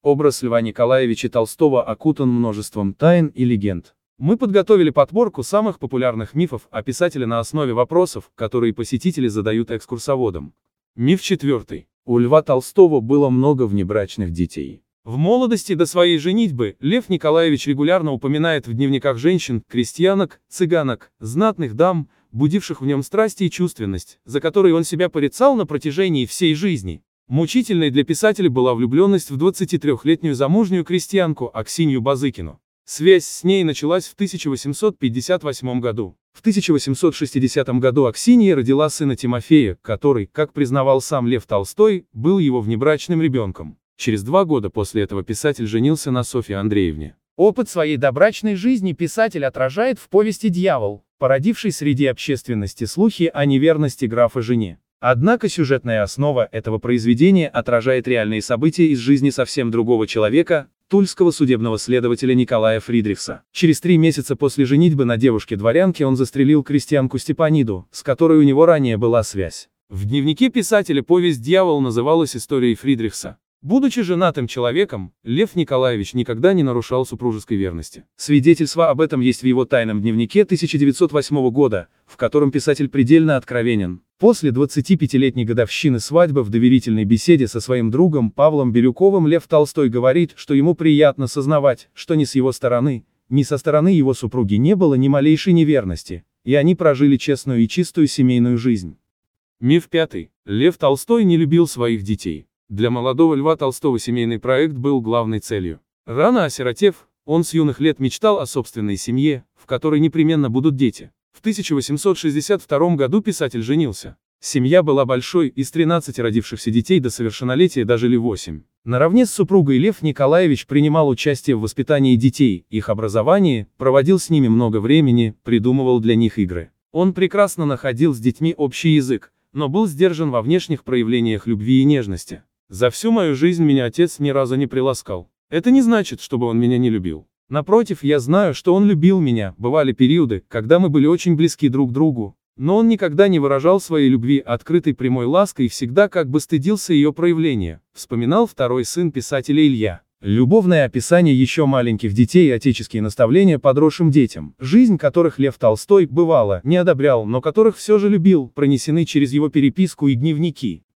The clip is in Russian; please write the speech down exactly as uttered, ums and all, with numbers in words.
Образ Льва Николаевича Толстого окутан множеством тайн и легенд. Мы подготовили подборку самых популярных мифов о писателе на основе вопросов, которые посетители задают экскурсоводам. Миф четвертый. У Льва Толстого было много внебрачных детей. В молодости до своей женитьбы Лев Николаевич регулярно упоминает в дневниках женщин, крестьянок, цыганок, знатных дам, будивших в нем страсти и чувственность, за которые он себя порицал на протяжении всей жизни. Мучительной для писателя была влюбленность в двадцатитрёхлетнюю замужнюю крестьянку Аксинью Базыкину. Связь с ней началась в тысяча восемьсот пятьдесят восьмом году. В тысяча восемьсот шестидесятом году Аксинья родила сына Тимофея, который, как признавал сам Лев Толстой, был его внебрачным ребенком. Через два года после этого писатель женился на Софье Андреевне. Опыт своей добрачной жизни писатель отражает в повести «Дьявол», породившей среди общественности слухи о неверности графа жене. Однако сюжетная основа этого произведения отражает реальные события из жизни совсем другого человека, тульского судебного следователя Николая Фридрихса. Через три месяца после женитьбы на девушке-дворянке он застрелил крестьянку Степаниду, с которой у него ранее была связь. В дневнике писателя повесть «Дьявол» называлась историей Фридрихса. Будучи женатым человеком, Лев Николаевич никогда не нарушал супружеской верности. Свидетельства об этом есть в его тайном дневнике тысяча девятьсот восьмого года, в котором писатель предельно откровенен. После двадцатипятилетней годовщины свадьбы в доверительной беседе со своим другом Павлом Бирюковым Лев Толстой говорит, что ему приятно сознавать, что ни с его стороны, ни со стороны его супруги не было ни малейшей неверности, и они прожили честную и чистую семейную жизнь. Миф пятый. Лев Толстой не любил своих детей. Для молодого Льва Толстого семейный проект был главной целью. Рано осиротев, он с юных лет мечтал о собственной семье, в которой непременно будут дети. В тысяча восемьсот шестьдесят втором году писатель женился. Семья была большой, из тринадцати родившихся детей до совершеннолетия дожили восемь. Наравне с супругой Лев Николаевич принимал участие в воспитании детей, их образовании, проводил с ними много времени, придумывал для них игры. Он прекрасно находил с детьми общий язык, но был сдержан во внешних проявлениях любви и нежности. За всю мою жизнь меня отец ни разу не приласкал. Это не значит, чтобы он меня не любил. Напротив, я знаю, что он любил меня, бывали периоды, когда мы были очень близки друг к другу, но он никогда не выражал своей любви открытой прямой лаской и всегда как бы стыдился ее проявления, вспоминал второй сын писателя Илья. Любовное описание еще маленьких детей и отеческие наставления подросшим детям, жизнь которых Лев Толстой, бывало, не одобрял, но которых все же любил, пронесены через его переписку и дневники.